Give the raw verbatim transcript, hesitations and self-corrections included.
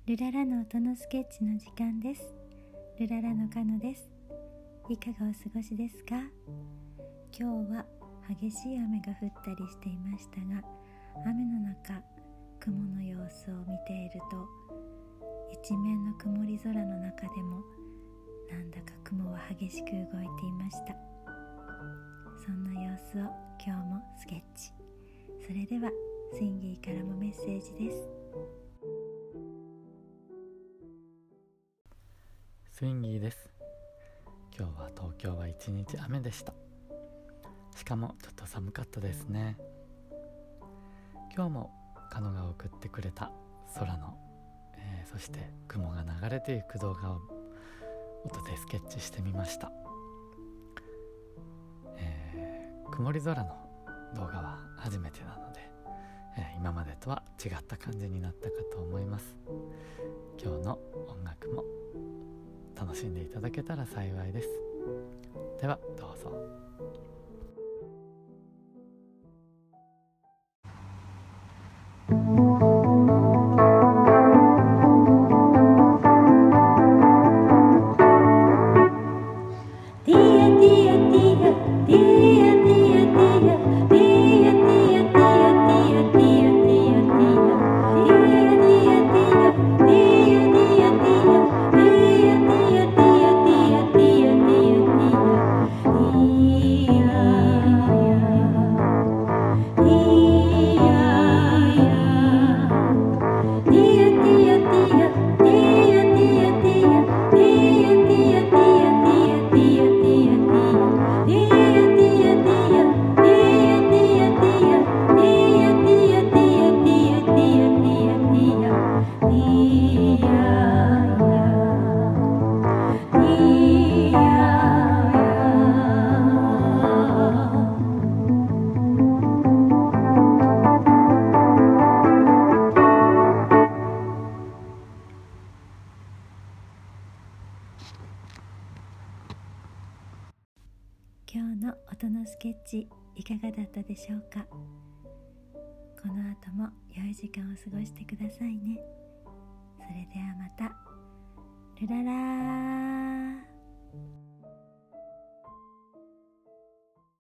ルララの音のスケッチの時間です。ルララのカノです。いかがお過ごしですか？今日は激しい雨が降ったりしていましたが、雨の中、雲の様子を見ていると、一面の曇り空の中でもなんだか雲は激しく動いていました。そんな様子を今日もスケッチ。それではスインギーからもメッセージです。 スインギーです。今日は東京は一日雨でした。しかもちょっと寒かったですね。今日もカノが送ってくれた空の、えー、そして雲が流れていく動画を音でスケッチしてみました。えー、曇り空の動画は初めてなので、えー、今までとは違った感じになったかと思います。今日の音楽も楽しんでいただけたら幸いです。ではどうぞ。 今日の音のスケッチいかがだったでしょうか？この後も良い時間を過ごしてくださいね。それではまた。ルララー。